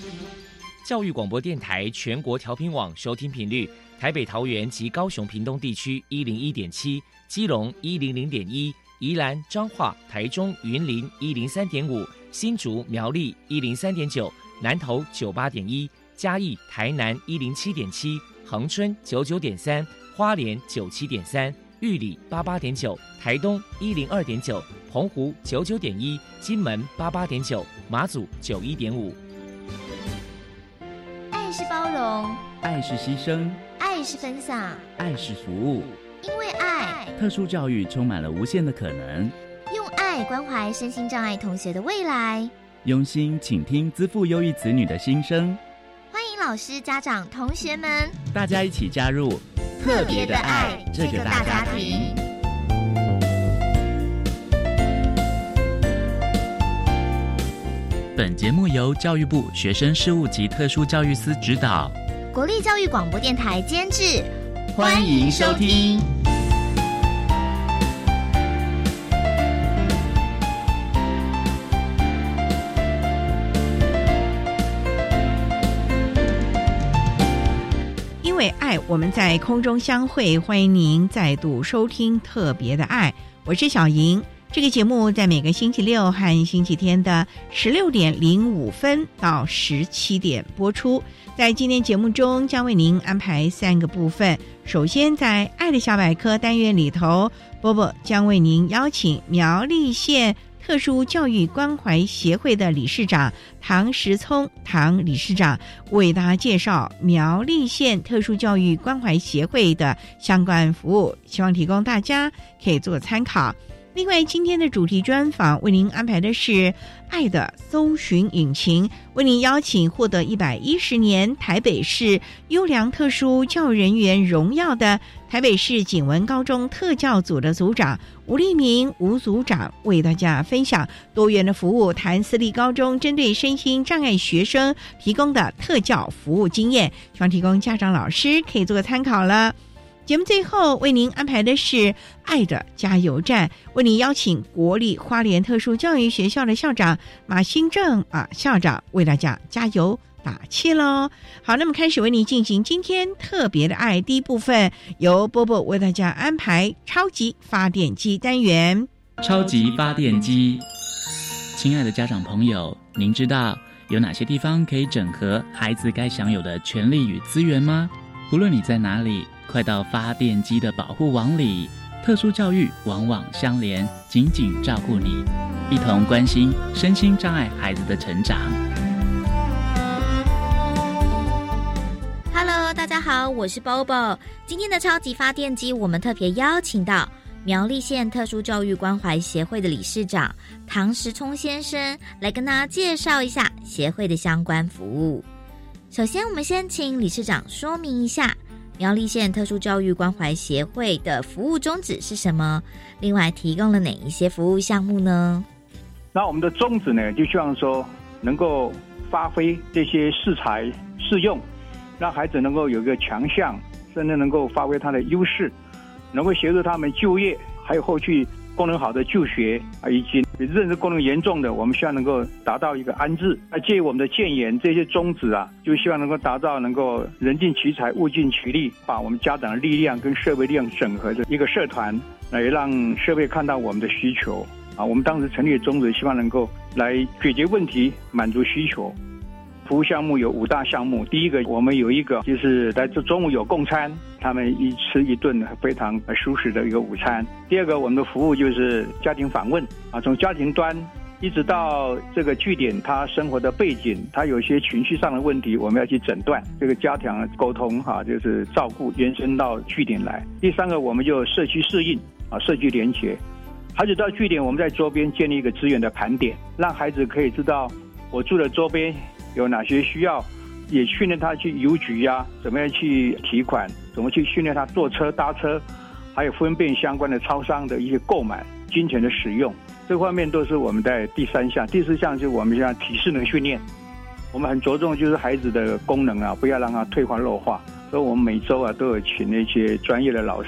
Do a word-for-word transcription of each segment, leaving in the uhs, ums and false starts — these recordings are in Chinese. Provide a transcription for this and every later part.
教育广播电台全国调频网收听频率：台北、桃园及高雄屏东地区一零一点七，基隆一零零点一，宜兰、彰化、台中、云林一零三点五，新竹、苗栗一零三点九，南投九八点一，嘉义、台南一零七点七，恒春九九点三，花莲九七点三，玉里八八点九，台东一零二点九，澎湖九九点一，金门八八点九，马祖九一点五。 爱是包容， 爱是牺牲， 爱是分享， 爱是服务。 因为爱， 特殊教育充满了无限的可能。 用爱关怀身心障碍同学的未来， 用心倾听资赋优异子女的心声。 欢迎老师、家长、同学们， 大家一起加入特别的爱这个大家庭。 本节目由教育部学生事务及特殊教育司指导， 国立教育广播电台监制。 欢迎收听。 因为爱，我们在空中相会，欢迎您再度收听特别的爱，我是小莹。这个节目在每个星期六和星期天的十六点零五分到十七点播出。在今天节目中，将为您安排三个部分。首先，在爱的小百科单元里头，波波将为您邀请苗栗县特殊教育关怀协会的理事长唐时聪唐理事长为大家介绍苗栗县特殊教育关怀协会的相关服务，希望提供大家可以做参考。另外，今天的主题专访为您安排的是爱的搜寻引擎，为您邀请获得一百一十年台北市优良特殊教育人员荣耀的台北市景文高中特教组的组长吴立明吴组长，为大家分享多元的服务，谈私立高中针对身心障碍学生提供的特教服务经验，希望提供家长老师可以做个参考了。节目最后为您安排的是爱的加油站，为您邀请国立花莲特殊教育学校的校长马兴正啊校长为大家加油打气咯。好，那么开始为您进行今天特别的爱第一部分，由波波为大家安排超级发电机单元。 超级发电机，亲爱的家长朋友，您知道有哪些地方可以整合孩子该享有的权利与资源吗？无论你在哪里，快到发电机的保护网里，特殊教育网网相连，紧紧照顾你，一同关心身心障碍孩子的成长。 Hello， 大家好，我是 Bobo。今天的超级发电机，我们特别邀请到苗栗县特殊教育关怀协会的理事长唐时聪先生，来跟大家介绍一下协会的相关服务。首先，我们先请理事长说明一下苗栗县特殊教育关怀协会的服务宗旨是什么？另外，提供了哪一些服务项目呢？ 那我们的宗旨呢，就希望说能够发挥这些适才适用，让孩子能够有一个强项，甚至能够发挥他的优势，能够协助他们就业，还有后续功能好的就学啊，以及认知功能严重的，我们希望能够达到一个安置。那借我们的建言这些宗旨啊，就希望能够达到能够人尽其才、物尽其力，把我们家长的力量跟社会力量整合的一个社团，来让社会看到我们的需求啊。我们当时成立的宗旨，希望能够来解决问题、满足需求。服务项目有五大项目，第一个我们有一个就是在这中午有供餐，他们一吃一顿非常舒适的一个午餐。第二个我们的服务就是家庭访问啊，从家庭端一直到这个据点他生活的背景，他有些情绪上的问题，我们要去诊断，这个加强沟通哈、啊，就是照顾延伸到据点来。第三个我们就社区适应啊，社区连结，孩子到据点，我们在周边建立一个资源的盘点，让孩子可以知道我住的周边有哪些需要，也训练他去邮局呀、啊，怎么样去提款，怎么去训练他坐车搭车，还有分辨相关的超商的一些购买、金钱的使用，这方面都是我们在第三项。第四项就是我们像体适能训练，我们很着重就是孩子的功能啊，不要让他退化弱化，所以我们每周啊都有请那些专业的老师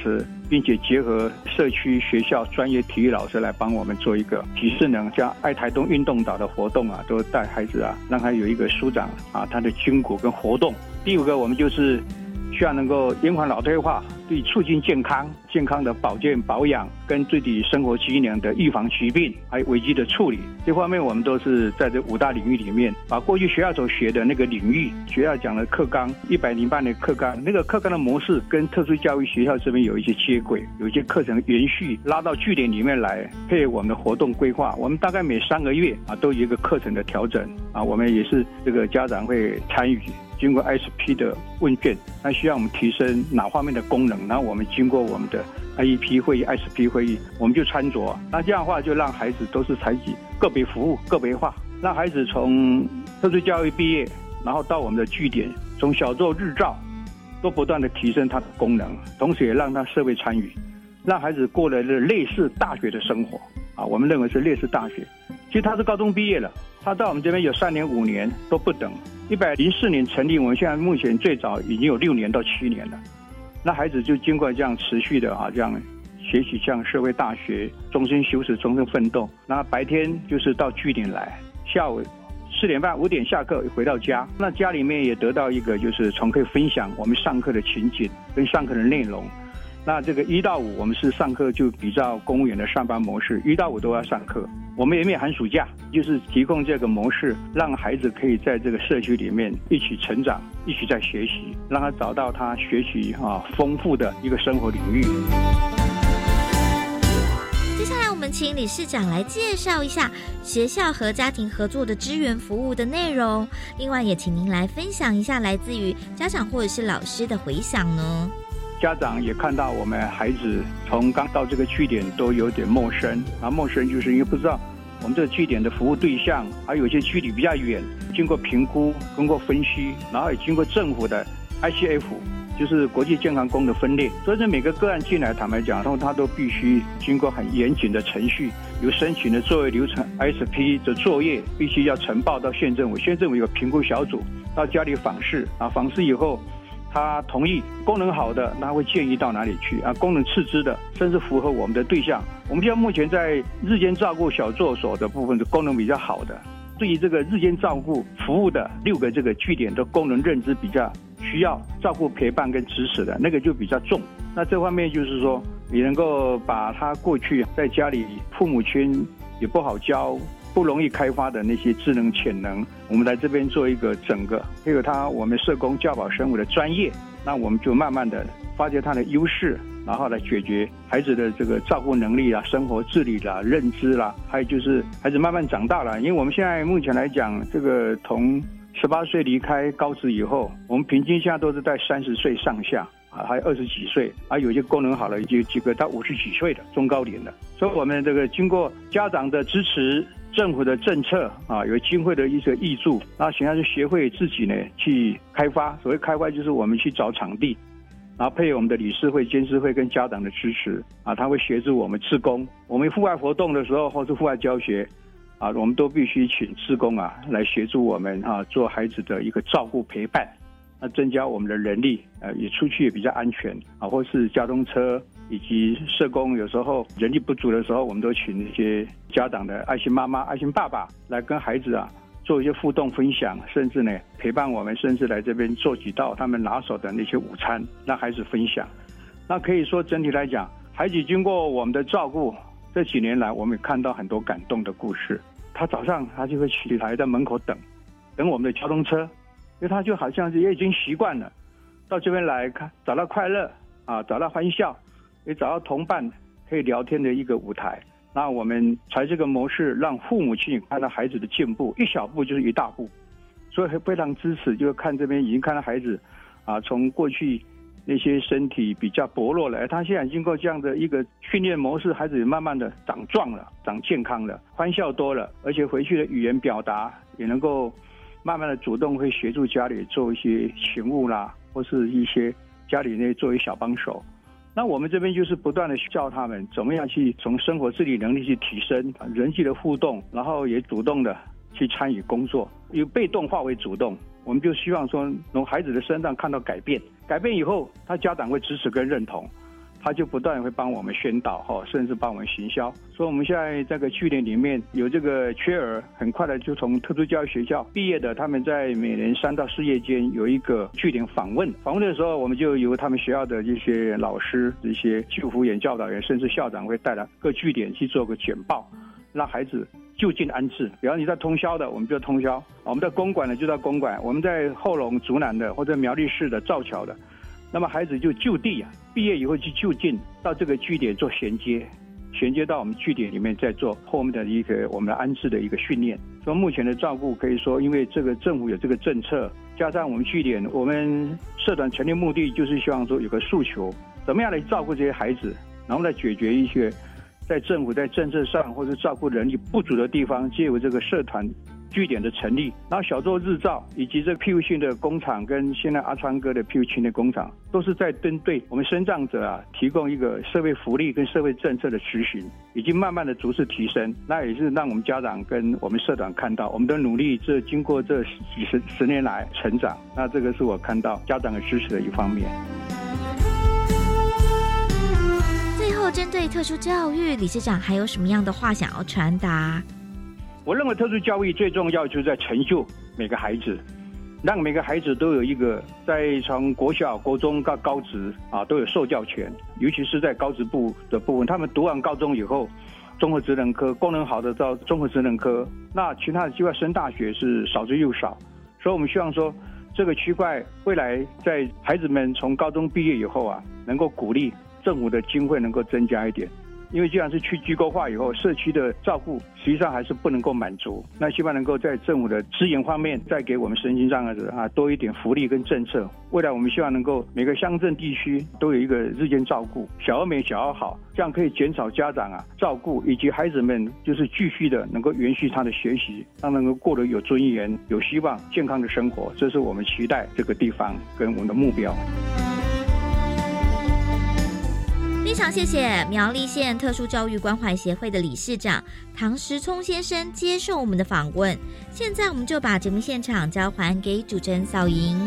并且结合社区、学校专业体育老师来帮我们做一个体适能，像爱台东运动岛的活动啊，都带孩子啊，让他有一个舒展啊他的筋骨跟活动。第五个，我们就是希望能够延缓老退化，对促进健康、健康的保健保养，跟对于生活机能的预防疾病，还有危机的处理，这方面我们都是在这五大领域里面，把过去学校所学的那个领域，学校讲的课纲一百零八年课纲，那个课纲的模式跟特殊教育学校这边有一些接轨，有一些课程延续拉到据点里面来，配合我们的活动规划。我们大概每三个月啊都有一个课程的调整啊，我们也是这个家长会参与。经过 I S P 的问卷，那需要我们提升哪方面的功能，然后我们经过我们的 I E P 会议、I S P 会议，我们就参酌。那这样的话，就让孩子都是采取个别服务、个别化，让孩子从特殊教育毕业，然后到我们的据点，从小做日照，都不断的提升它的功能，同时也让他社会参与，让孩子过了类似大学的生活啊。我们认为是类似大学，其实他是高中毕业了，他到我们这边有三年、五年都不等。一百零四年成立，我们现在目前最早已经有六年到七年了。那孩子就经过这样持续的啊，这样学习，像社会大学、终身修持、终身奋斗。那白天就是到据点来，下午四点半、五点下课回到家。那家里面也得到一个就是从可以分享我们上课的情景跟上课的内容。那这个一到五我们是上课就比照公务员的上班模式，一到五都要上课。我们也没有寒暑假，就是提供这个模式，让孩子可以在这个社区里面一起成长，一起在学习，让他找到他学习啊丰富的一个生活领域。 接下来我们请理事长来介绍一下学校和家庭合作的支援服务的内容，另外也请您来分享一下来自于家长或者是老师的回响呢。 家长也看到我们孩子从刚到这个据点都有点陌生啊，陌生就是因为不知道我们这个据点的服务对象，还有一些距离比较远，经过评估、经过分析，然后也经过政府的 I C F， 就是国际健康宫的分类，所以每个个案进来，坦白讲，然后他都必须经过很严谨的程序，有申请的作业流程 ，I S P 的作业必须要呈报到县政府，县政府有评估小组到家里访视啊，访视以后。他同意功能好的，那会建议到哪里去啊？功能次之的，甚至符合我们的对象。我们现在目前在日间照顾小作所的部分是功能比较好的。对于这个日间照顾服务的六个这个据点的功能认知比较需要照顾陪伴跟支持的那个就比较重。那这方面就是说，你能够把他过去在家里父母亲也不好教。不容易开发的那些智能潜能，我们来这边做一个整个，配合他我们社工教保生物的专业，那我们就慢慢的发掘他的优势，然后来解决孩子的这个照顾能力啦、生活自理啦、认知啦，还有就是孩子慢慢长大了。因为我们现在目前来讲，这个从十八岁离开高职以后，我们平均现在都是在三十岁上下。啊，还有二十几岁，啊，有些功能好了，有几个到五十几岁的中高龄的，所以我们这个经过家长的支持，政府的政策啊，有经费的一些挹注，那现在是学会自己呢去开发。所谓开发，就是我们去找场地，然后配合我们的理事会、监事会跟家长的支持啊，他会协助我们志工。我们户外活动的时候，或是户外教学啊，我们都必须请志工啊来协助我们啊，做孩子的一个照顾陪伴。那增加我们的人力，呃，也出去也比较安全啊，或是交通车以及社工，有时候人力不足的时候，我们都请一些家长的爱心妈妈、爱心爸爸来跟孩子啊做一些互动分享，甚至呢陪伴我们，甚至来这边做几道他们拿手的那些午餐，让孩子分享。那可以说整体来讲，孩子经过我们的照顾，这几年来我们也看到很多感动的故事。他早上他就会起来在门口等，等我们的交通车。因为他就好像是也已经习惯了，到这边来看，找到快乐啊，找到欢笑，也找到同伴可以聊天的一个舞台。那我们采这个模式，让父母亲看到孩子的进步，一小步就是一大步，所以非常支持。就看这边已经看到孩子啊，从过去那些身体比较薄弱了，他现在经过这样的一个训练模式，孩子也慢慢的长壮了，长健康了，欢笑多了，而且回去的语言表达也能够。慢慢的主动会协助家里做一些勤务啦，或是一些家里内作为小帮手。那我们这边就是不断的教他们怎么样去从生活自理能力去提升人际的互动，然后也主动的去参与工作，由被动化为主动。我们就希望说从孩子的身上看到改变，改变以后他家长会支持跟认同， 他就不断会帮我们宣导哈，甚至帮我们行销。所以我们现在这个据点里面有这个缺额，很快的就从特殊教育学校毕业的，他们在每年三到四夜间有一个据点访问。访问的时候，我们就由他们学校的这些老师、这些救护员、教导员，甚至校长会带来各据点去做个简报，让孩子就近安置。比方你在通霄的，我们就通霄；我们在公馆的就在公馆；我们在后龙、竹南的或者苗栗市的造桥的，那么孩子就就地啊，毕业以后去就近到这个据点做衔接。衔接到我们据点里面，再做后面的一个我们的安置的一个训练。所以目前的照顾可以说，因为这个政府有这个政策，加上我们据点，我们社团成立目的就是希望说有个诉求，怎么样来照顾这些孩子，然后来解决一些在政府在政策上或者照顾人力不足的地方，借由这个社团据点的成立，然后小做日照，以及这个庇护性的工厂跟现在阿川哥的庇护青年工厂，都是在针对我们身障者啊提供一个社会福利跟社会政策的执行，已经慢慢的逐次提升。那也是让我们家长跟我们社团看到我们的努力，这经过这几十十年来成长，那这个是我看到家长的支持的一方面。 最后，针对特殊教育，理事长还有什么样的话想要传达？ 我认为特殊教育最重要就是在成就每个孩子，让每个孩子都有一个在从国小、国中到高职啊都有受教权，尤其是在高职部的部分，他们读完高中以后，综合职能科功能好的到综合职能科，那其他的机会升大学是少之又少，所以我们希望说这个区块未来在孩子们从高中毕业以后啊，能够鼓励政府的经费能够增加一点。因为既然是去机构化以后，社区的照顾实际上还是不能够满足，那希望能够在政府的资源方面再给我们身心障碍者啊多一点福利跟政策。未来我们希望能够每个乡镇地区都有一个日间照顾，小而美小而好，这样可以减少家长啊照顾以及孩子们就是继续的能够延续他的学习，让能够过得有尊严、有希望、健康的生活，这是我们期待这个地方跟我们的目标。 非常谢谢苗栗县特殊教育关怀协会的理事长唐时聪先生接受我们的访问。现在我们就把节目现场交还给主持人小莹。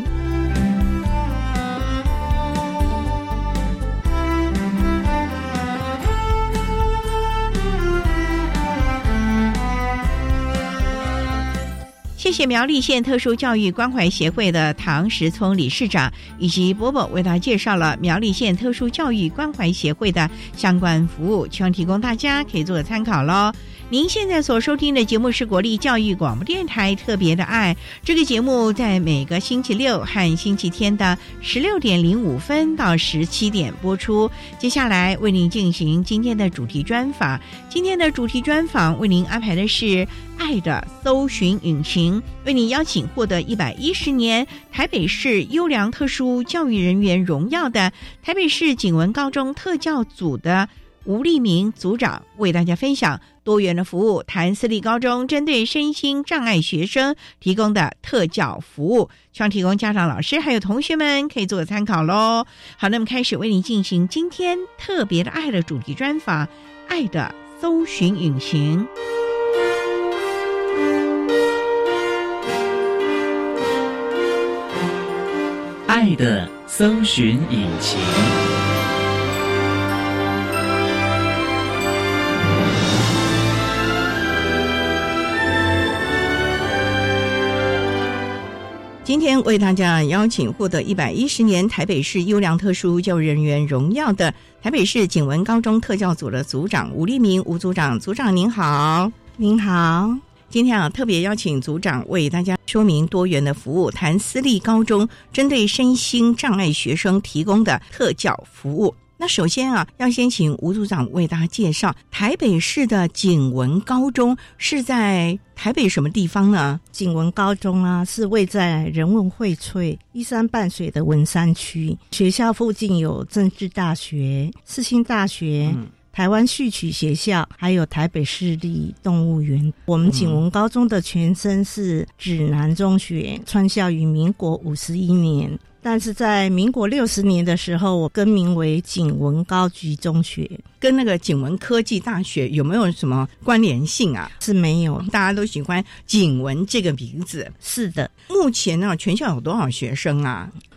谢谢苗栗县特殊教育关怀协会的唐时聪理事长以及波波为大家介绍了苗栗县特殊教育关怀协会的相关服务，希望提供大家可以做个参考咯。您现在所收听的节目是国立教育广播电台特别的爱，这个节目在每个星期六和星期天的十六点零五分到十七点播出。接下来为您进行今天的主题专访，今天的主题专访为您安排的是爱的搜寻引擎，为您邀请获得一百一十年台北市优良特殊教育人员荣耀的台北市景文高中特教组的吴立明组长，为大家分享多元的服务，谈私立高中针对身心障碍学生提供的特教服务，希望提供家长、老师还有同学们可以做个参考咯。好，那么开始为您进行今天特别的爱的主题专访，爱的搜寻引擎。 爱的搜寻引擎。 今天为大家邀请获得一百一十年台北市优良特殊教育人员荣耀的台北市景文高中特教组的组长吴立明，吴组长，组长您好。 您好。 今天啊，特别邀请组长为大家说明多元的服务，谈私立高中针对身心障碍学生提供的特教服务。那首先啊，要先请吴组长为大家介绍台北市的景文高中是在台北什么地方呢？ 景文高中啊，是位在人文荟萃、依山傍水的文山区。学校附近有政治大学、世新大学、嗯台湾戏曲学校，还有台北市立动物园。我们景文高中的前身是指南中学，创校于民国五十一年，但是在民国六十年的时候，我更名为景文高级中学。 跟那个景文科技大学有没有什么关联性啊？ 是没有， 大家都喜欢景文这个名字。 是的。 目前呢，全校有多少学生啊？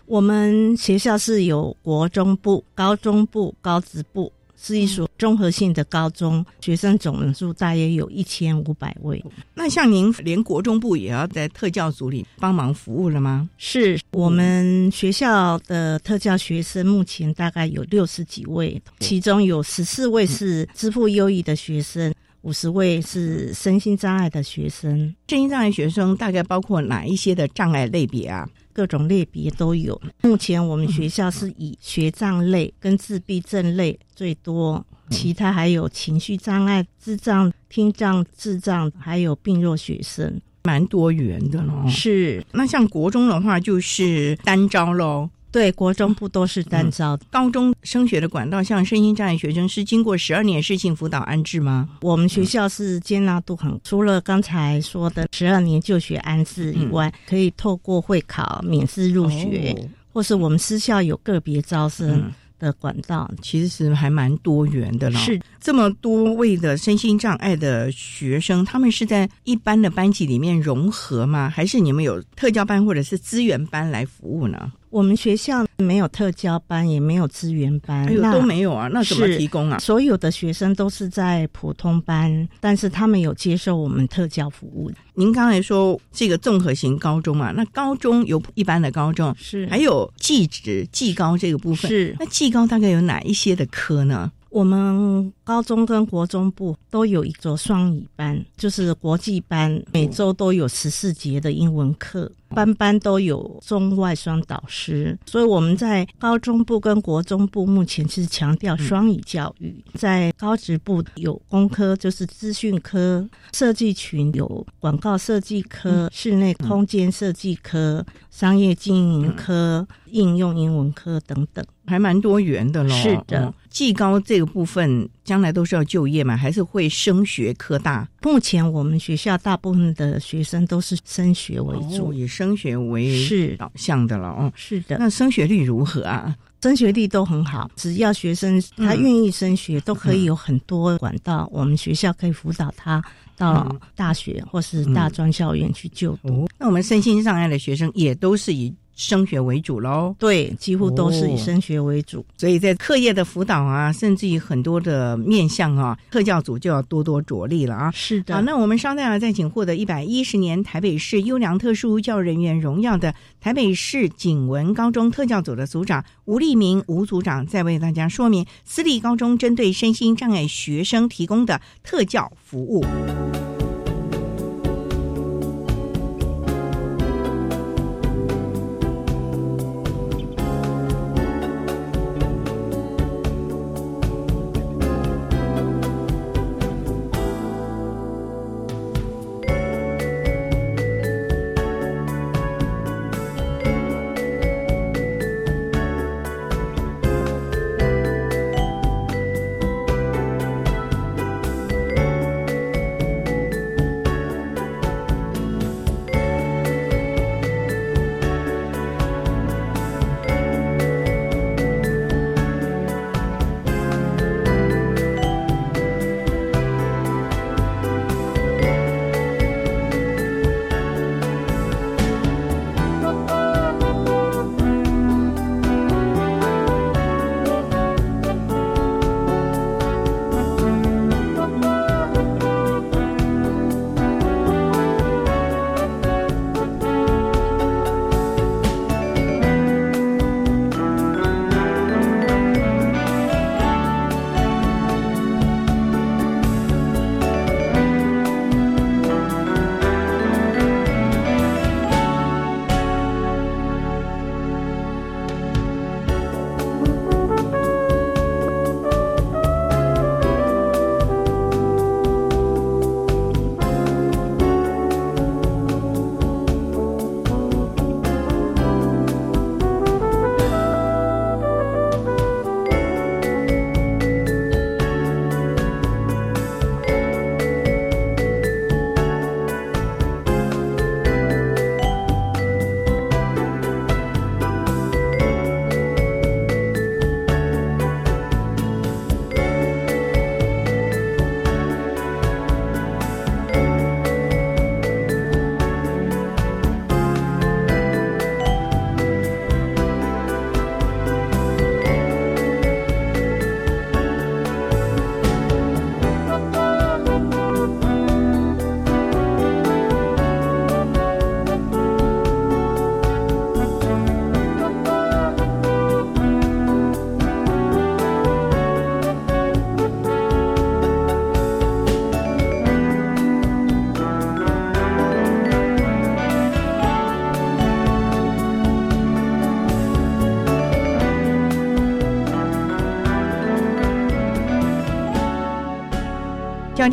我们学校是有国中部、高中部、高职部，是一所综合性的高中，学生总人数大约有一千五百位。 那像您连国中部也要在特教组里帮忙服务了吗？ 是，我们学校的特教学生目前大概有六十几位，其中有十四位是资赋优异的学生，五十位是身心障碍的学生。 身心障碍学生大概包括哪一些的障碍类别啊？ 各种类别都有。目前我们学校是以学障类跟自闭症类最多，其他还有情绪障碍、智障、听障、智障，还有病弱学生， 蛮多元的咯。 是， 那像国中的话就是单招咯。 对，国中部都是单招、嗯、 高中升学的管道，像身心障碍学生是经过十二年适性辅导安置吗？ 我们学校是接纳度很，除了刚才说的十二年就学安置以外、嗯、可以透过会考免试入学、哦、或是我们私校有个别招生的管道、嗯、 其实是还蛮多元的了。 是， 这么多位的身心障碍的学生，他们是在一般的班级里面融合吗？还是你们有特教班或者是资源班来服务呢？ 我们学校没有特教班，也没有资源班， 哎呦，都没有啊，那怎么提供啊？ 所有的学生都是在普通班，但是他们有接受我们特教服务。 您刚才说这个综合型高中嘛，那高中有一般的高中， 是还有技职、技高这个部分， 是那技高大概有哪一些的科呢？ 我们高中跟国中部都有一座双语班，就是国际班，每周都有十四节的英文课，班班都有中外双导师，所以我们在高中部跟国中部目前是强调双语教育。在高职部有工科，就是资讯科，设计群有广告设计科、室内空间设计科、商业经营科、应用英文科等等， 还蛮多元的咯。 是的。 嗯，技高这个部分将来都是要就业嘛，还是会升学科大？ 目前我们学校大部分的学生都是升学为主， 哦、以升学为是导向的了哦。 是的。 那升学率如何啊？ 升学率都很好，只要学生他愿意升学、嗯、都可以有很多管道、嗯、我们学校可以辅导他到大学或是大专校园去就读、 嗯哦、那我们身心障碍的学生也都是以升学为主咯。 对，几乎都是以升学为主、哦、 所以在课业的辅导啊，甚至于很多的面向啊，特教组就要多多着力了啊。 是的。 好，那我们稍待再请获得一百一十年台北市优良特殊教育人员荣耀的台北市景文高中特教组的组长吴立明吴组长，再为大家说明私立高中针对身心障碍学生提供的特教服务。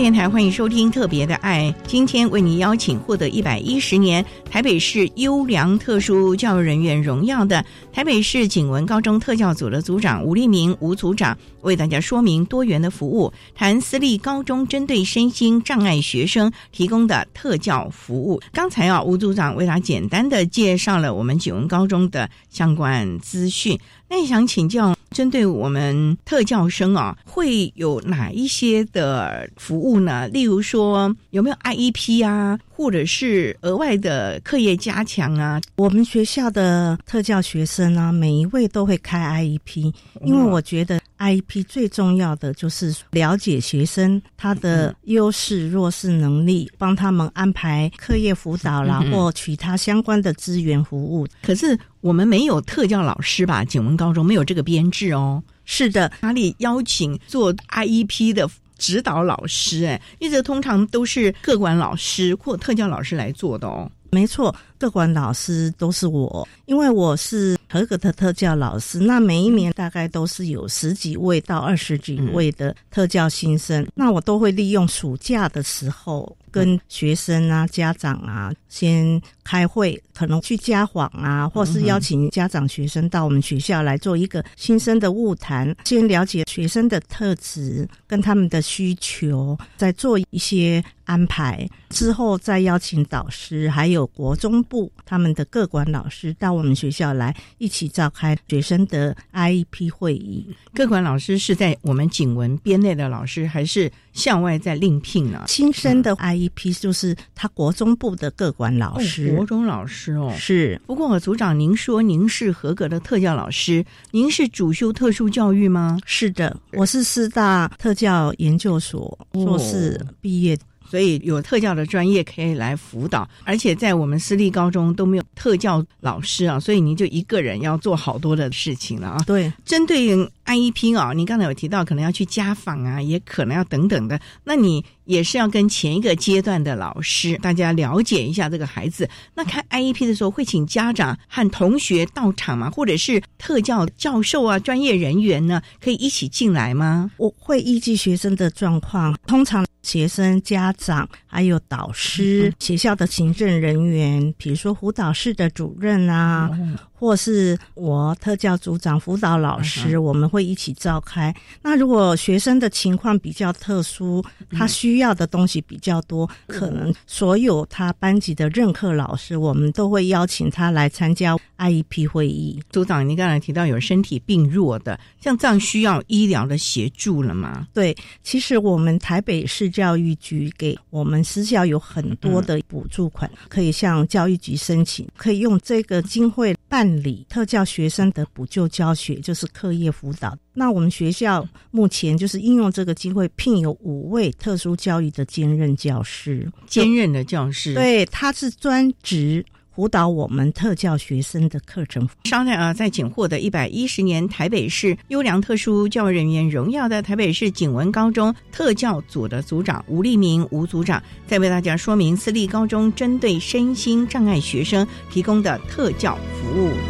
电台，欢迎收听特别的爱。今天为你邀请获得一百一十年台北市优良特殊教育人员荣耀的台北市景文高中特教组的组长吴立明吴组长，为大家说明多元的服务，谈私立高中针对身心障碍学生提供的特教服务。刚才啊，吴组长为他简单的介绍了我们景文高中的相关资讯。那也想请教，针对我们特教生啊，会有哪一些的服务呢？例如说，有没有 I E P 啊，或者是额外的课业加强啊？ 我们学校的特教学生啊，每一位都会开 I E P， 因为我觉得 I E P 最重要的就是了解学生他的优势弱势能力，帮他们安排课业辅导啦，嗯、或其他相关的资源服务。 可是我们没有特教老师吧？景文高中没有这个编制哦。 是的， 哪里邀请做 I E P 的指导老师？哎，因为这通常都是个管老师或特教老师来做的哦。 没错，个管老师都是我，因为我是合格的特教老师，那每一年大概都是有十几位到二十几位的特教新生，嗯、那我都会利用暑假的时候跟学生啊、家长啊先开会，可能去家访啊，或是邀请家长学生到我们学校来做一个新生的晤谈，先了解学生的特质跟他们的需求，再做一些安排，之后再邀请导师还有国中部他们的个管老师到我们学校来一起召开学生的 I E P 会议。 个管老师是在我们景文编内的老师，还是向外在另聘呢？ 新生的 I E P 就是他国中部的个管老师。 哦、国中老师哦， 是。 不过组长，您说您是合格的特教老师，您是主修特殊教育吗？ 是的，我是师大特教研究所硕士毕业的。 哦，所以有特教的专业可以来辅导，而且在我们私立高中都没有特教老师啊，所以您就一个人要做好多的事情了啊。 对， 针对 I E P 啊，你刚才有提到可能要去家访啊，也可能要等等的，那你也是要跟前一个阶段的老师大家了解一下这个孩子。那开 I E P 的时候会请家长和同学到场吗？或者是特教教授啊、专业人员呢，可以一起进来吗？ 我会依据学生的状况，通常学生、家长还有导师、嗯、学校的行政人员，比如说辅导室的主任啊、嗯、或是我特教组长、辅导老师、嗯、我们会一起召开。那如果学生的情况比较特殊，他需要的东西比较多、嗯、可能所有他班级的任课老师我们都会邀请他来参加 I E P 会议。 组长，你刚才提到有身体病弱的，像这样需要医疗的协助了吗？ 对，其实我们台北市教育局给我们私校有很多的补助款、嗯、可以向教育局申请，可以用这个经费办理特教学生的补救教学，就是课业辅导。那我们学校目前就是应用这个机会聘有五位特殊教育的兼任教师。 兼任的教师？ 对，他是专职辅导我们特教学生的课程。 稍待啊，在仅获得一百一十年台北市优良特殊教育人员荣耀的台北市景文高中特教组的组长吴立明吴组长，再为大家说明私立高中针对身心障碍学生提供的特教服务。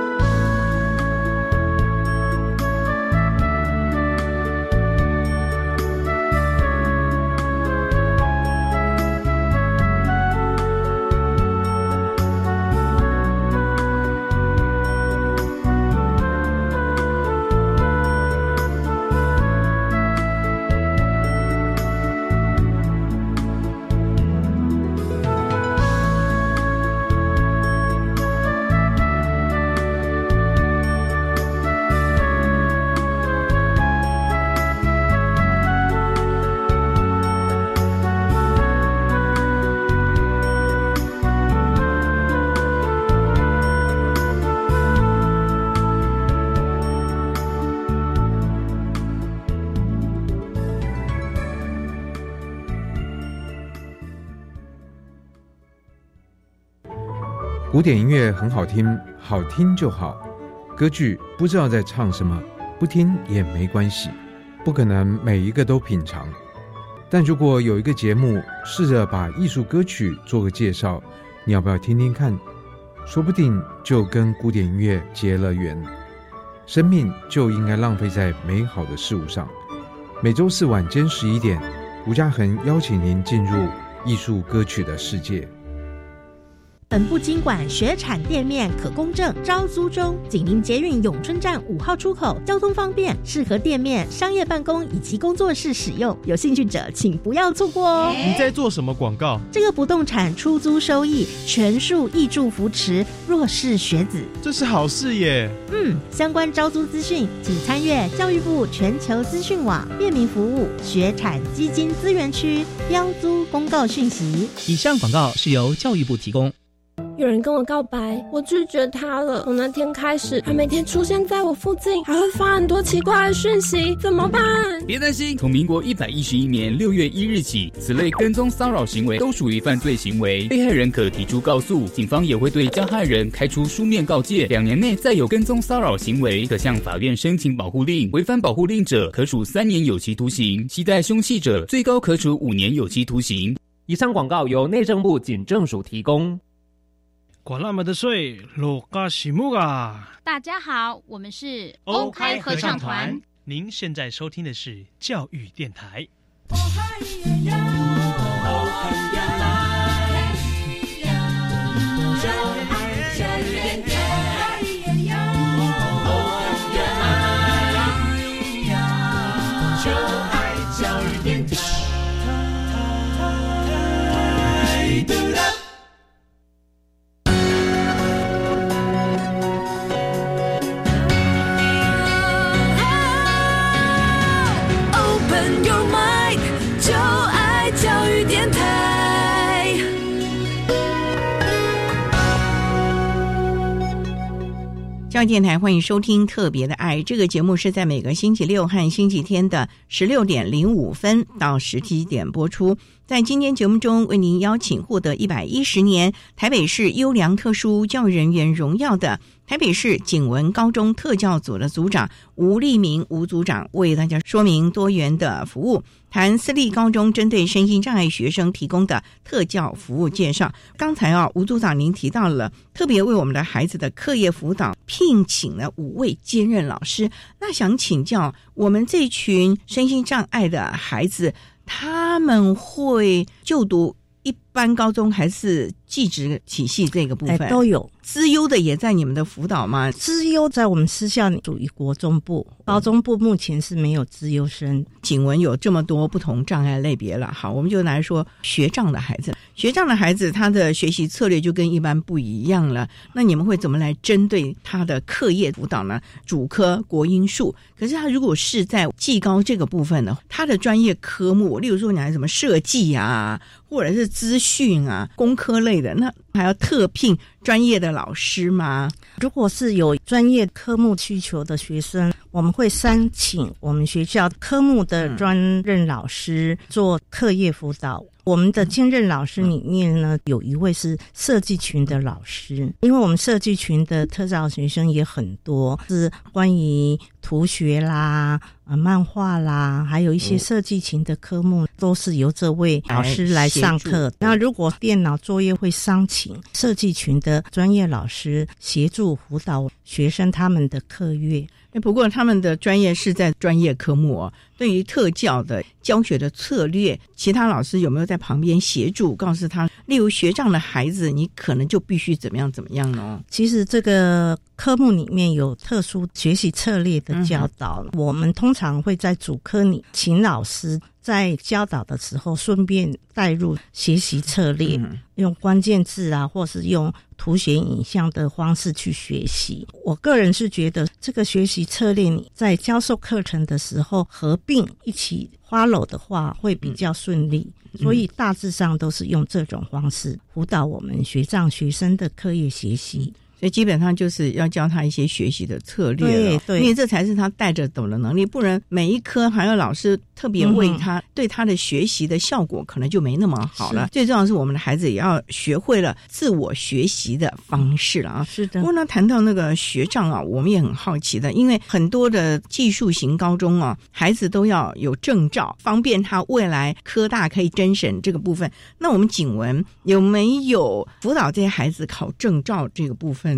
古典音乐很好听，好听就好。歌剧不知道在唱什么，不听也没关系，不可能每一个都品尝。但如果有一个节目试着把艺术歌曲做个介绍，你要不要听听看？说不定就跟古典音乐结了缘。生命就应该浪费在美好的事物上。每周四晚间十一点， 吴嘉恒邀请您进入艺术歌曲的世界。 本部经管学产店面可公证，招租中，紧邻捷运永春站五号出口，交通方便，适合店面、商业办公以及工作室使用。有兴趣者请不要错过哦。 你在做什么广告？ 这个不动产出租收益全数挹注扶持弱势学子， 这是好事耶。 嗯，相关招租资讯请参阅教育部全球资讯网便民服务学产基金资源区标租公告讯息。 以上广告是由教育部提供。 有人跟我告白，我拒绝他了。从那天开始，他每天出现在我附近，还会发很多奇怪的讯息，怎么办？ 别担心，从民国一百一十一年六月一日起，此类跟踪骚扰行为都属于犯罪行为，被害人可提出告诉，警方也会对加害人开出书面告诫。两年内再有跟踪骚扰行为，可向法院申请保护令，违反保护令者可处三年有期徒刑，携带凶器者最高可处五年有期徒刑。 以上广告由内政部警政署提供。 管那么的水，落嘎西木啊！ 大家好，我们是欧开合唱团。 您现在收听的是教育电台。 教育电台，欢迎收听特别的爱。这个节目是在每个星期六和星期天的十六点零五分到十七点播出。在今天节目中，为您邀请获得一百一十年台北市优良特殊教育人员荣耀的台北市景文高中特教组的组长吴立明吴组长，为大家说明多元的服务，谈私立高中针对身心障碍学生提供的特教服务介绍。刚才啊，吴组长您提到了特别为我们的孩子的课业辅导聘请了五位兼任老师，那想请教我们这群身心障碍的孩子，他们会就读一般高中还是技职体系这个部分？ 哎，都有。 资优的也在你们的辅导吗？ 资优在我们私校属于国中部，高中部目前是没有资优生。 景文有这么多不同障碍类别了，好，我们就来说学障的孩子。学障的孩子他的学习策略就跟一般不一样了，那你们会怎么来针对他的课业辅导呢？主科国英数，可是他如果是在技高这个部分呢，他的专业科目，例如说你还什么设计啊，或者是资讯啊，工科类的，那还要特聘专业的老师吗？ 如果是有专业科目需求的学生，我们会申请我们学校科目的专任老师做课业辅导。我们的兼任老师里面呢，有一位是设计群的老师，因为我们设计群的特教学生也很多，是关于图学啦、呃、漫画啦，还有一些设计群的科目，都是由这位老师来上课。那如果电脑作业会商请设计群的专业老师协助辅导学生他们的课业。 不过他们的专业是在专业科目哦，对于特教的教学的策略，其他老师有没有在旁边协助告诉他，例如学障的孩子你可能就必须怎么样怎么样呢？ 其实这个科目里面有特殊学习策略的教导、嗯、我们通常会在主科里请老师在教导的时候顺便带入学习策略、嗯、用关键字啊，或是用图形影像的方式去学习。我个人是觉得这个学习策略你在教授课程的时候合并一起 follow 的话会比较顺利、嗯、所以大致上都是用这种方式辅导我们学障学生的课业学习。 所以基本上就是要教他一些学习的策略了， 对对， 因为这才是他带着走的能力，不然每一科还有老师特别为他、嗯、对他的学习的效果可能就没那么好了。最重要的是我们的孩子也要学会了自我学习的方式了啊。 是的。 不过呢，谈到那个学障啊，我们也很好奇的，因为很多的技术型高中啊，孩子都要有证照，方便他未来科大可以甄审这个部分。那我们景文有没有辅导这些孩子考证照这个部分？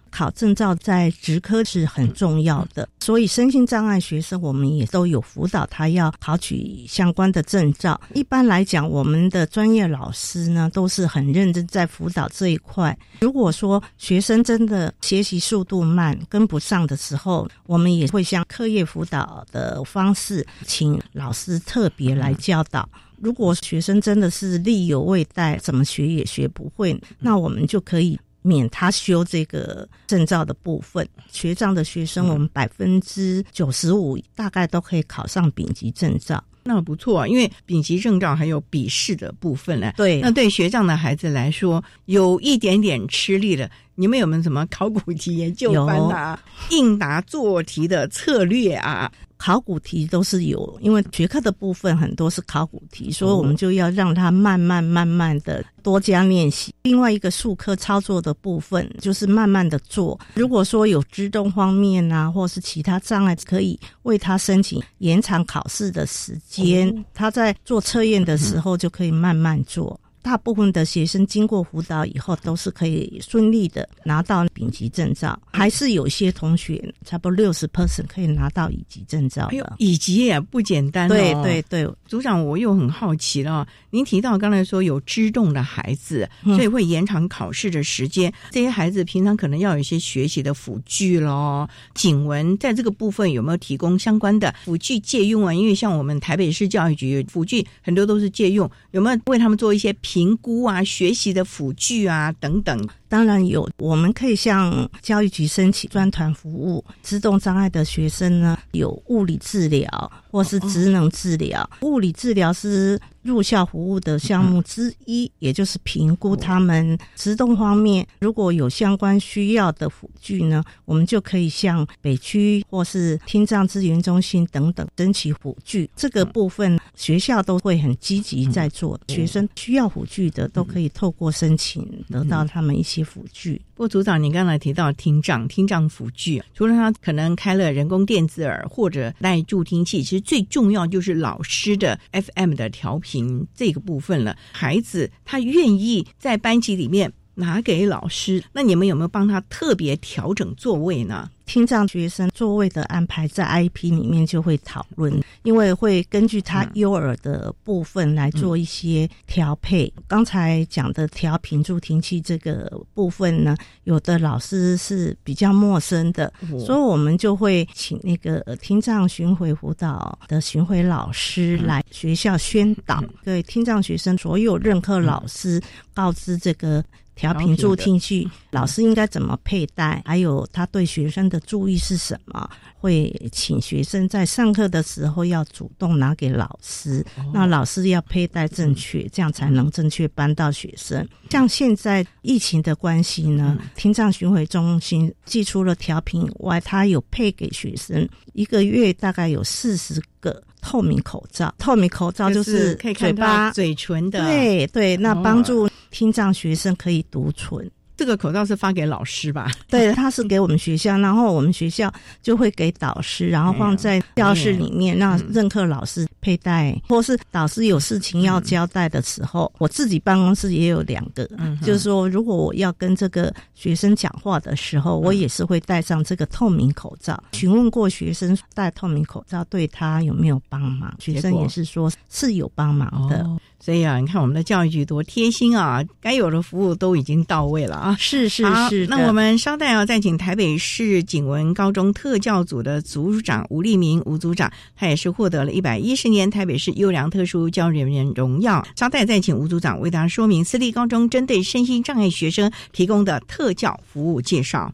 考证照在职科是很重要的，所以身心障碍学生我们也都有辅导他要考取相关的证照。一般来讲，我们的专业老师呢都是很认真在辅导这一块。如果说学生真的学习速度慢跟不上的时候，我们也会像课业辅导的方式请老师特别来教导。如果学生真的是力有未逮，怎么学也学不会，那我们就可以免他修这个证照的部分。学障的学生我们百分之九十五大概都可以考上丙级证照。 那不错啊，因为丙级证照还有笔试的部分呢。 对， 那对学障的孩子来说有一点点吃力了。你们有没有什么考古题研究班啊、应答做题的策略啊？考古题都是有，因为学科的部分很多是考古题，所以我们就要让他慢慢慢慢的多加练习。另外一个术科操作的部分就是慢慢的做，如果说有肢动方面啊或是其他障碍，可以为他申请延长考试的时间，他在做测验的时候就可以慢慢做。大部分的学生经过辅导以后都是可以顺利的拿到丙级证照，还是有些同学差不多 百分之六十 可以拿到乙级证照的。哎呦，乙级也不简单哦。对对对，组长我又很好奇了，您提到刚才说有肢动的孩子，所以会延长考试的时间，嗯，这些孩子平常可能要有一些学习的辅具咯。请问在这个部分有没有提供相关的辅具借用啊？因为像我们台北市教育局辅具很多都是借用，有没有为他们做一些评估啊、学习的辅具啊等等？当然有，我们可以向教育局申请专团服务。肢动障碍的学生呢，有物理治疗或是职能治疗。哦，物理治疗是入校服务的项目之一，嗯，也就是评估他们肢动方面，如果有相关需要的辅具呢，我们就可以向北区或是听障资源中心等等争取辅具。这个部分学校都会很积极在做，嗯，学生需要辅具的都可以透过申请得到他们一些辅具。不过组长你刚才提到听障听障辅具，除了他可能开了人工电子耳或者带助听器，其实最重要就是老师的 F M 的调频这个部分了。孩子他愿意在班级里面拿给老师，那你们有没有帮他特别调整座位呢？听障学生座位的安排在 I P 里面就会讨论，因为会根据他优耳的部分来做一些调配。嗯，刚才讲的调频助听器这个部分呢，有的老师是比较陌生的，哦，所以我们就会请那个听障巡回辅导的巡回老师来学校宣导，嗯，对听障学生所有任课老师告知这个调频助听器老师应该怎么佩戴，还有他对学生的注意是什么，会请学生在上课的时候要主动拿给老师，哦，那老师要佩戴正确，这样才能正确帮到学生。像现在疫情的关系呢，嗯，听障巡回中心寄出了调频以外，他有配给学生一个月大概有四十个透明口罩。透明口罩就是可以看到嘴唇的，对对，那帮助听障学生可以读唇。这个口罩是发给老师吧？对，他是给我们学校，然后我们学校就会给导师，然后放在教室里面，让任课老师佩戴，嗯，或是导师有事情要交代的时候，嗯，我自己办公室也有两个，嗯，就是说如果我要跟这个学生讲话的时候，我也是会戴上这个透明口罩。询问过学生戴透明口罩对他有没有帮忙，学生也是说是有帮忙的。哦，所以啊，你看我们的教育局多贴心啊，该有的服务都已经到位了啊。是是是。那我们稍待啊，再请台北市景文高中特教组的组长吴立明吴组长，他也是获得了一百一十年台北市优良特殊教育人员荣耀。稍待再请吴组长为大家说明私立高中针对身心障碍学生提供的特教服务介绍。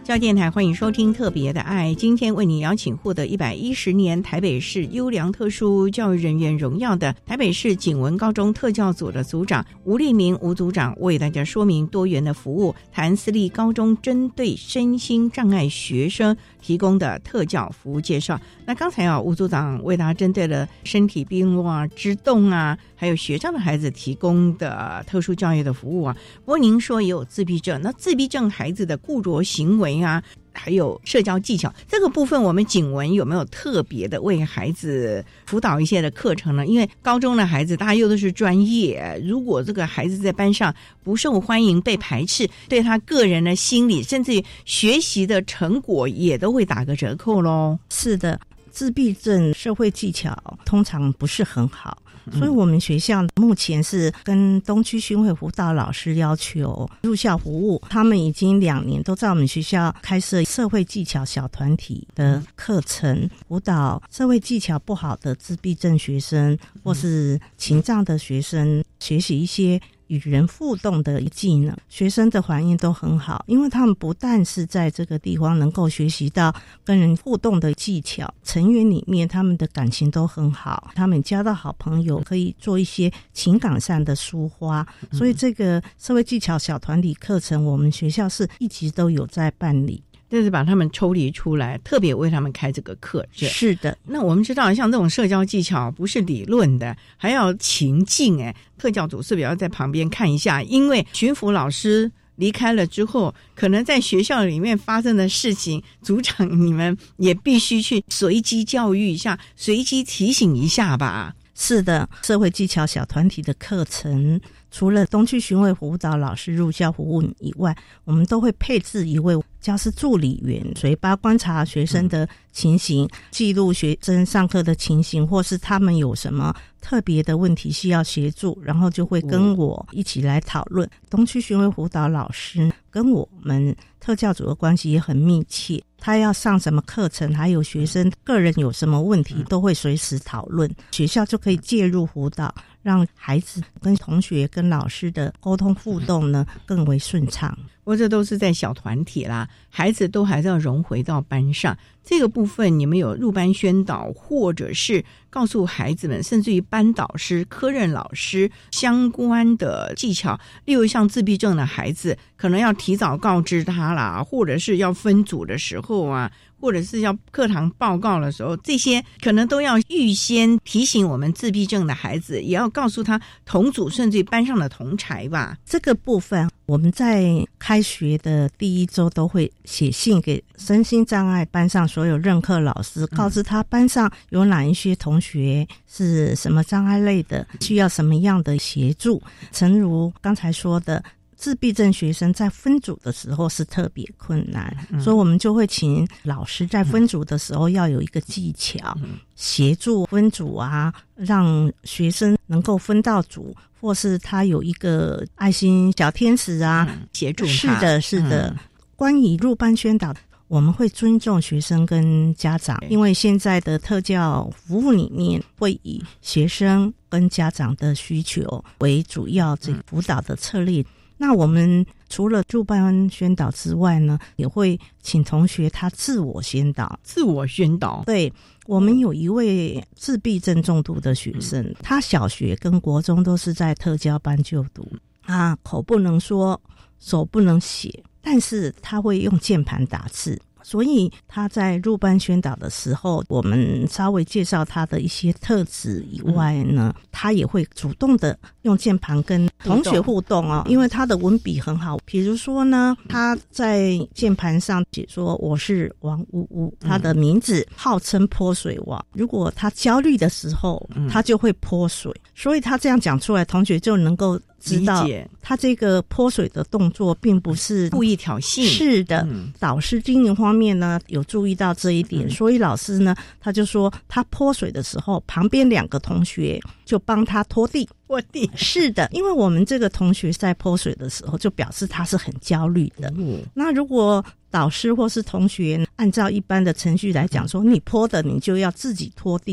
教育电台欢迎收听特别的爱，今天为你邀请获得一百一十年台北市优良特殊教育人员荣耀的台北市景文高中特教组的组长吴立明吴组长，为大家说明多元的服务，谈私立高中针对身心障碍学生提供的特教服务介绍。那刚才啊，吴组长为大家针对了身体病弱啊、肢动啊，还有学障的孩子提供的特殊教育的服务啊。不过您说也有自闭症，那自闭症孩子的固着行为啊，还有社交技巧这个部分，我们景文有没有特别的为孩子辅导一些的课程呢？因为高中的孩子大家又都是专业，如果这个孩子在班上不受欢迎、被排斥，对他个人的心理甚至于学习的成果也都会打个折扣咯。 是的，自闭症社会技巧通常不是很好，所以我们学校目前是跟东区巡回辅导老师要求入校服务，他们已经两年都在我们学校开设社会技巧小团体的课程，辅导社会技巧不好的自闭症学生或是情障的学生学习一些与人互动的技能，学生的反应都很好，因为他们不但是在这个地方能够学习到跟人互动的技巧，成员里面他们的感情都很好，他们交到好朋友，可以做一些情感上的抒发，所以这个社会技巧小团体课程我们学校是一直都有在办理， 就是把他们抽离出来，特别为他们开这个课。 是的， 那我们知道像这种社交技巧不是理论的，还要情境，哎，特教组是不是要在旁边看一下？因为巡辅老师离开了之后，可能在学校里面发生的事情，组长你们也必须去随机教育一下，随机提醒一下吧。 是的，社会技巧小团体的课程除了东区巡回辅导老师入校服务以外，我们都会配置一位教师助理员，随班观察学生的情形，记录学生上课的情形，或是他们有什么特别的问题需要协助，然后就会跟我一起来讨论。东区巡回辅导老师跟我们特教组的关系也很密切，他要上什么课程，还有学生个人有什么问题，都会随时讨论，学校就可以介入辅导，让孩子跟同学跟老师的沟通互动呢更为顺畅。 不过这都是在小团体啦，孩子都还是要融回到班上。这个部分你们有入班宣导，或者是告诉孩子们，甚至于班导师、科任老师相关的技巧，例如像自闭症的孩子，可能要提早告知他啦，或者是要分组的时候啊，或者是要课堂报告的时候，这些可能都要预先提醒我们自闭症的孩子，也要告诉他同组甚至于班上的同侪吧。 这个部分我们在开学的第一周都会写信给身心障碍班上所有任课老师，告知他班上有哪一些同学是什么障碍类的，需要什么样的协助。诚如刚才说的，自闭症学生在分组的时候是特别困难，嗯、所以我们就会请老师在分组的时候要有一个技巧，嗯、协助分组啊，让学生能够分到组，或是他有一个爱心小天使啊，嗯、协助他。是的，是的。嗯、关于入班宣导，我们会尊重学生跟家长，因为现在的特教服务里面会以学生跟家长的需求为主要这个辅导的策略。那我们除了入班宣导之外呢，也会请同学他自我宣导。 自我宣导， 对，我们有一位自闭症重度的学生，嗯、他小学跟国中都是在特教班就读，他口不能说，手不能写，但是他会用键盘打字。所以他在入班宣导的时候，我们稍微介绍他的一些特质以外呢，嗯、他也会主动的用键盘跟同学互动哦，因为他的文笔很好。比如说呢，他在键盘上写说我是王呜呜，他的名字号称泼水王。如果他焦虑的时候，他就会泼水，所以他这样讲出来，同学就能够知道他这个泼水的动作并不是故意挑衅。 是的，嗯、导师经营方面呢有注意到这一点，嗯、所以老师呢他就说他泼水的时候，旁边两个同学就帮他拖地。 拖地， 是的，因为我们这个同学在泼水的时候，就表示他是很焦虑的。嗯、那如果导师或是同学按照一般的程序来讲说，你泼的你就要自己拖地。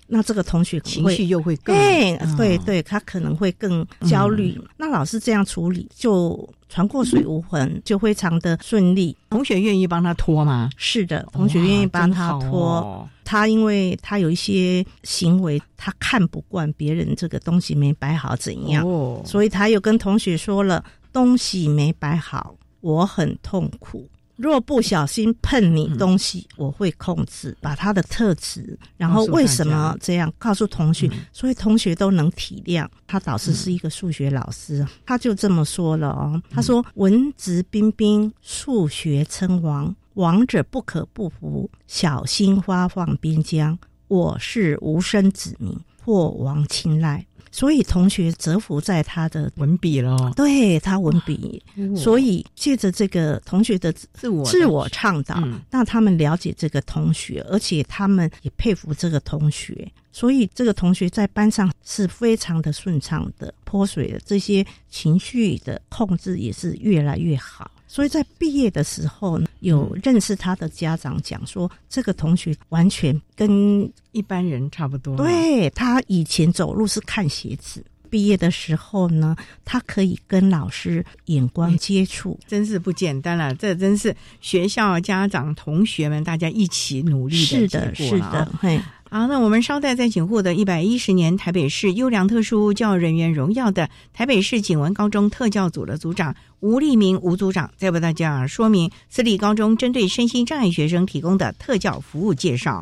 那这个同学可能会情绪又会更对、 嗯、 对对，他可能会更焦虑、嗯、那老师这样处理就船过水无痕，就非常的顺利。 同学愿意帮他拖吗？ 是的，同学愿意帮他拖、哦、他因为他有一些行为他看不惯别人这个东西没摆好怎样、哦、所以他又跟同学说了，东西没摆好我很痛苦，若不小心碰你东西、嗯、我会控制，把他的特质然后为什么这样告诉同学、嗯、所以同学都能体谅。他导师是一个数学老师、嗯、他就这么说了哦，他说、嗯、文质彬彬数学称王，王者不可不服，小心发放边疆，我是无生子民，获王青睐。所以同学折服在他的文笔了， 对，他文笔、哦、所以借着这个同学的自我自我倡导、嗯、让他们了解这个同学，而且他们也佩服这个同学，所以这个同学在班上是非常的顺畅的，泼水的这些情绪的控制也是越来越好。所以在毕业的时候有认识他的家长讲说，这个同学完全跟一般人差不多， 对，他以前走路是看鞋子，毕业的时候呢他可以跟老师眼光接触、 嗯、真是不简单了，这真是学校家长同学们大家一起努力的结果了。是的是的，嘿，好，那我们稍待再请获得一百一十年台北市优良特殊教育人员荣耀的台北市景文高中特教组的组长吴立明吴组长，再为大家说明私立高中针对身心障碍学生提供的特教服务介绍。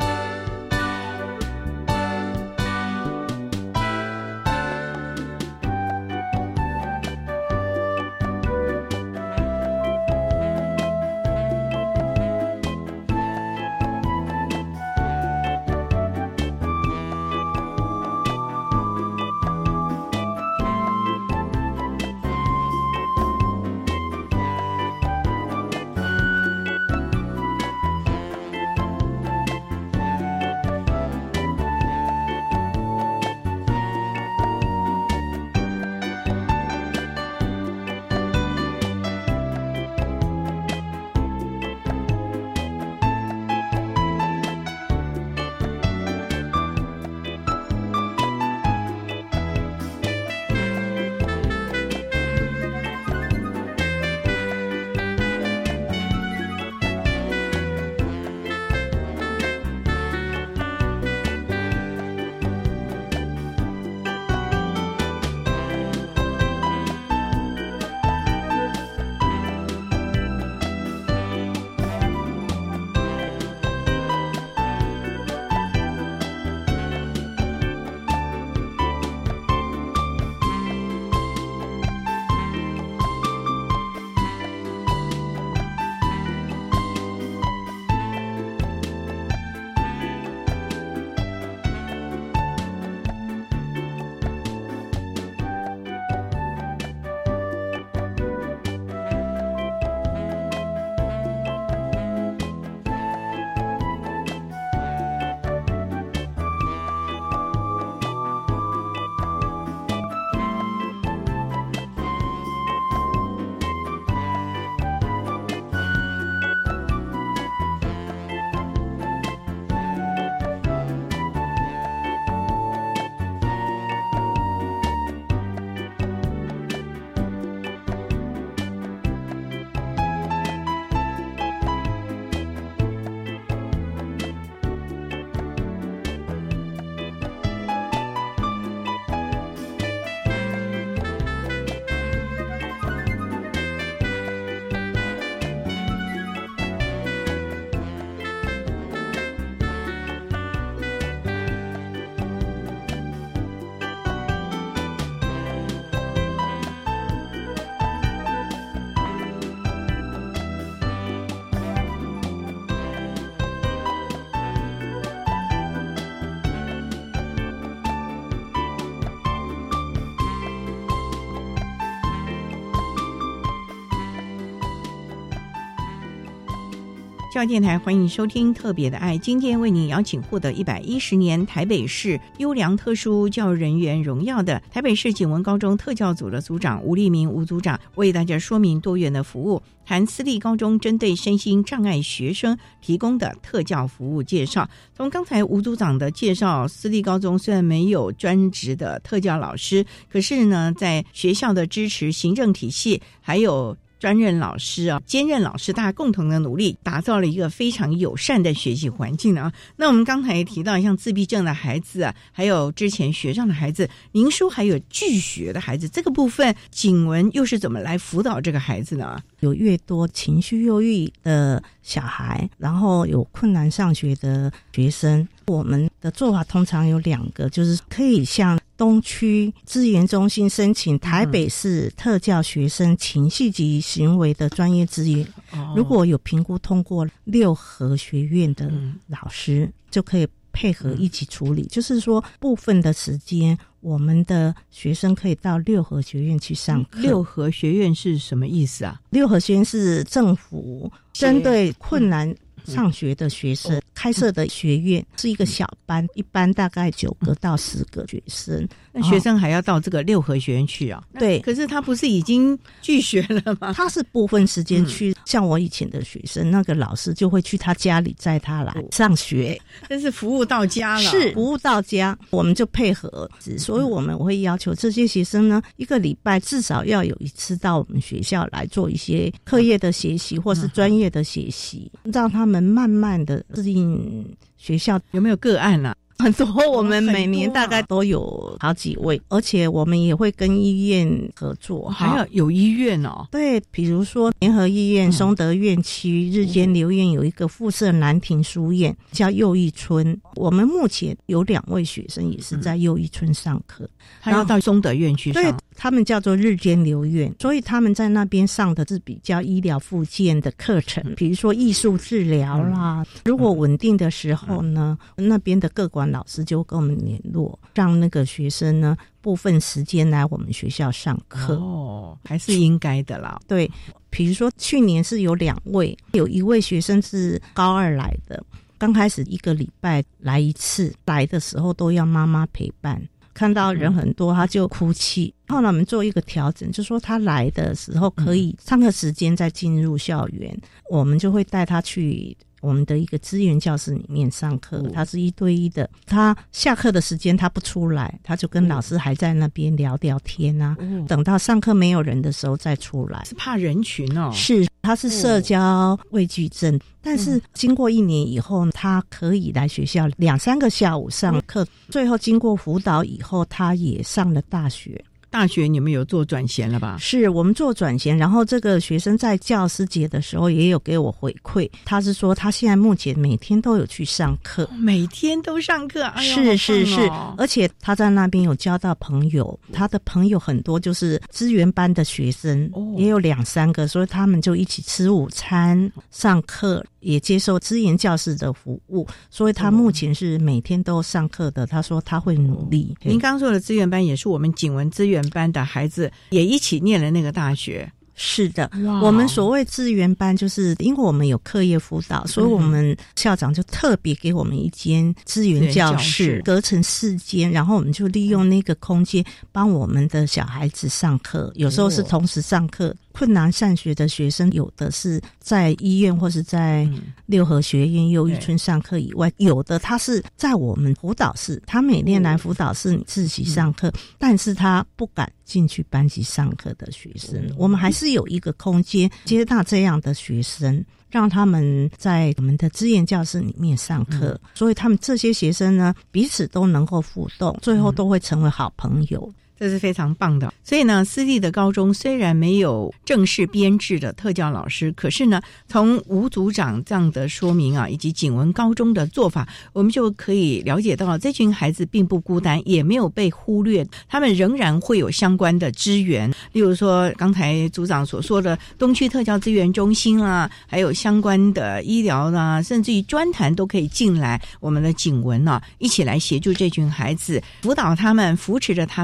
教育电台，欢迎收听特别的爱。今天为您邀请获得一百一十年台北市优良特殊教育人员荣耀的台北市景文高中特教组的组长吴立明吴组长，为大家说明多元的服务，谈私立高中针对身心障碍学生提供的特教服务介绍。从刚才吴组长的介绍，私立高中虽然没有专职的特教老师，可是呢，在学校的支持、行政体系还有专任老师啊，兼任老师，大家共同的努力，打造了一个非常友善的学习环境啊。那我们刚才也提到，像自闭症的孩子啊，还有之前学障的孩子，您说还有拒学的孩子，这个部分景文又是怎么来辅导这个孩子呢？ 有越多情绪忧郁的小孩，然后有困难上学的学生，我们的做法通常有两个，就是可以向东区资源中心申请台北市特教学生情绪及行为的专业资源，嗯、如果有评估通过六合学院的老师，嗯、就可以配合一起处理，嗯、就是说部分的时间我们的学生可以到六合学院去上课。 六合学院是什么意思啊？ 六合学院是政府针对困难上学的学生开设的学院，是一个小班，一班大概九个到十个学生。 那学生还要到这个六合学院去啊？ 对， 可是他不是已经拒学了吗？ 他是部分时间去，嗯、像我以前的学生，那个老师就会去他家里载他来上学， 这是服务到家了， 是服务到家，我们就配合。所以我们会要求这些学生呢，一个礼拜至少要有一次到我们学校来做一些课业的学习或是专业的学习，让他们慢慢的适应学校。 有没有个案啊？ 很多，我们每年大概都有好几位，而且我们也会跟医院合作， 还要有医院哦。 对，比如说联合医院、松德院区、日间留院有一个附设南亭书院，叫幼益村。我们目前有两位学生也是在幼益村上课， 他要到松德院去上。 对，他们叫做日间留院，所以他们在那边上的是比较医疗复健的课程，比如说艺术治疗啦。如果稳定的时候呢，那边的各管老师就跟我们联络，让那个学生呢部分时间来我们学校上课。 哦，还是应该的啦。 对，比如说去年是有两位，有一位学生是高二来的，刚开始一个礼拜来一次，来的时候都要妈妈陪伴，看到人很多他就哭泣。后来我们做一个调整，就说他来的时候可以上课时间再进入校园，我们就会带他去我们的一个资源教室里面上课，他是一对一的。他下课的时间他不出来，他就跟老师还在那边聊聊天啊，嗯、等到上课没有人的时候再出来。 是怕人群哦？ 是，他是社交畏惧症，嗯、但是经过一年以后，他可以来学校两三个下午上课，嗯、最后经过辅导以后，他也上了大学。 大学你们有做转衔了吧？ 是，我们做转衔，然后这个学生在教师节的时候也有给我回馈，他是说他现在目前每天都有去上课， 每天都上课，哎呦， 是是是， 哦、 而且他在那边有交到朋友，他的朋友很多就是资源班的学生，哦、也有两三个，所以他们就一起吃午餐、上课，也接受资源教室的服务，所以他目前是每天都上课的。他说他会努力。 哦、您刚刚说的资源班也是我们景文资源班的孩子也一起念了那个大学。 是的，我们所谓资源班，就是因为我们有课业辅导，所以我们校长就特别给我们一间资源教室，隔成四间，然后我们就利用那个空间帮我们的小孩子上课，有时候是同时上课。困难上学的学生，有的是在医院或是在六合学院幼育村上课以外，有的他是在我们辅导室，他每天来辅导室自习上课，但是他不敢进去班级上课的学生，我们还是有一个空间接纳这样的学生，让他们在我们的资源教室里面上课，嗯、所以他们这些学生呢，彼此都能够互动，最后都会成为好朋友。 这是非常棒的。所以呢，私立的高中虽然没有正式编制的特教老师，可是呢，从吴组长这样的说明啊，以及景文高中的做法，我们就可以了解到这群孩子并不孤单，也没有被忽略，他们仍然会有相关的资源，例如说刚才组长所说的东区特教资源中心啦，还有相关的医疗啦，甚至于专坛都可以进来我们的景文啊，一起来协助这群孩子，辅导他们，扶持着他们，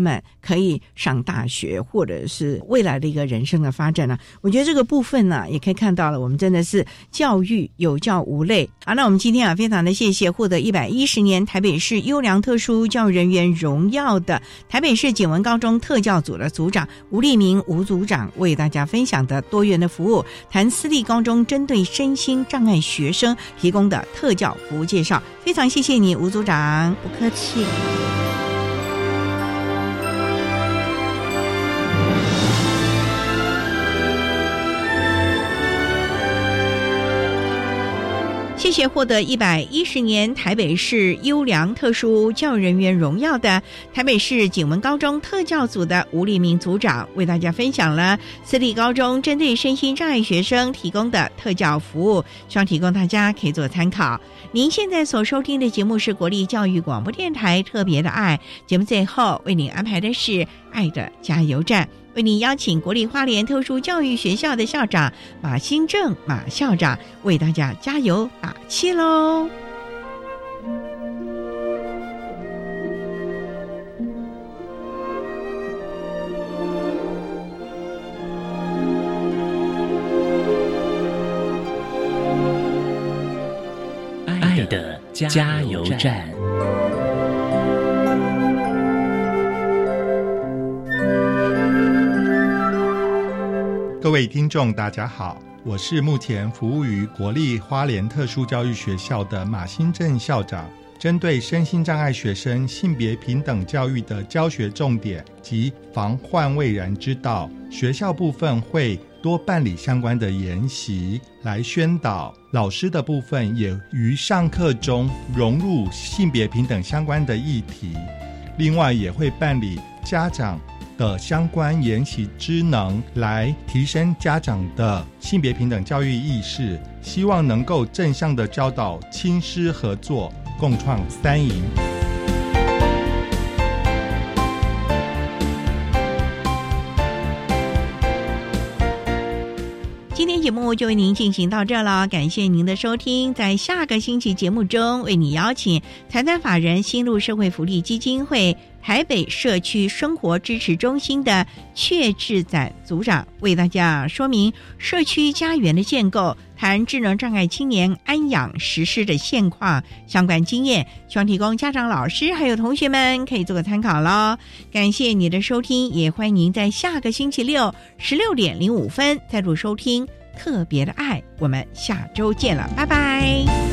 可以上大学，或者是未来的一个人生的发展呢、啊？我觉得这个部分呢、啊，也可以看到了，我们真的是教育有教无类。好，那我们今天啊，非常的谢谢获得一百一十年台北市优良特殊教育人员荣耀的台北市景文高中特教组的组长吴立明吴组长为大家分享的多元的服务，谈私立高中针对身心障碍学生提供的特教服务介绍。非常谢谢你吴组长。 不客气。 谢谢获得一百一十年台北市优良特殊教育人员荣耀的台北市景文高中特教组的吴立明组长，为大家分享了私立高中针对身心障碍学生提供的特教服务，希望提供大家可以做参考。您现在所收听的节目是国立教育广播电台特别的爱节目，最后为您安排的是爱的加油站，为您邀请国立花莲特殊教育学校的校长马兴正马校长为大家加油打气喽。 爱的加油站。 各位听众大家好，我是目前服务于国立花莲特殊教育学校的马兴正校长。针对身心障碍学生性别平等教育的教学重点及防患未然之道，学校部分会多办理相关的研习来宣导，老师的部分也于上课中融入性别平等相关的议题，另外也会办理家长的相关研习知能，来提升家长的性别平等教育意识，希望能够正向的教导亲师合作，共创三赢。 今天节目就为您进行到这了，感谢您的收听。在下个星期节目中，为你邀请财团法人新路社会福利基金会台北社区生活支持中心的阙志展组长为大家说明社区家园的建构，谈智能障碍青年安养实施的现况相关经验，希望提供家长、老师还有同学们可以做个参考咯。感谢你的收听，也欢迎您在下个星期六十六点零五分再度收听特别的爱，我们下周见了，拜拜。